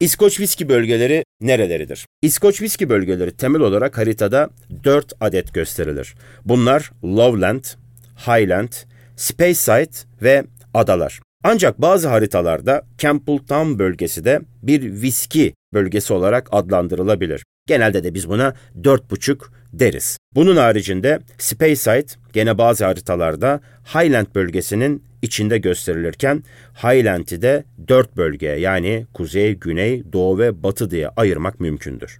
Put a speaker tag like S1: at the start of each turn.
S1: İskoç viski bölgeleri nereleridir? İskoç viski bölgeleri temel olarak haritada 4 adet gösterilir. Bunlar Lowland, Highland, Speyside ve adalar. Ancak bazı haritalarda Campbelltown bölgesi de bir viski bölgesi olarak adlandırılabilir. Genelde de biz buna 4,5 deriz. Bunun haricinde Speyside gene bazı haritalarda Highland bölgesinin içinde gösterilirken Highland'i de 4 bölgeye yani kuzey, güney, doğu ve batı diye ayırmak mümkündür.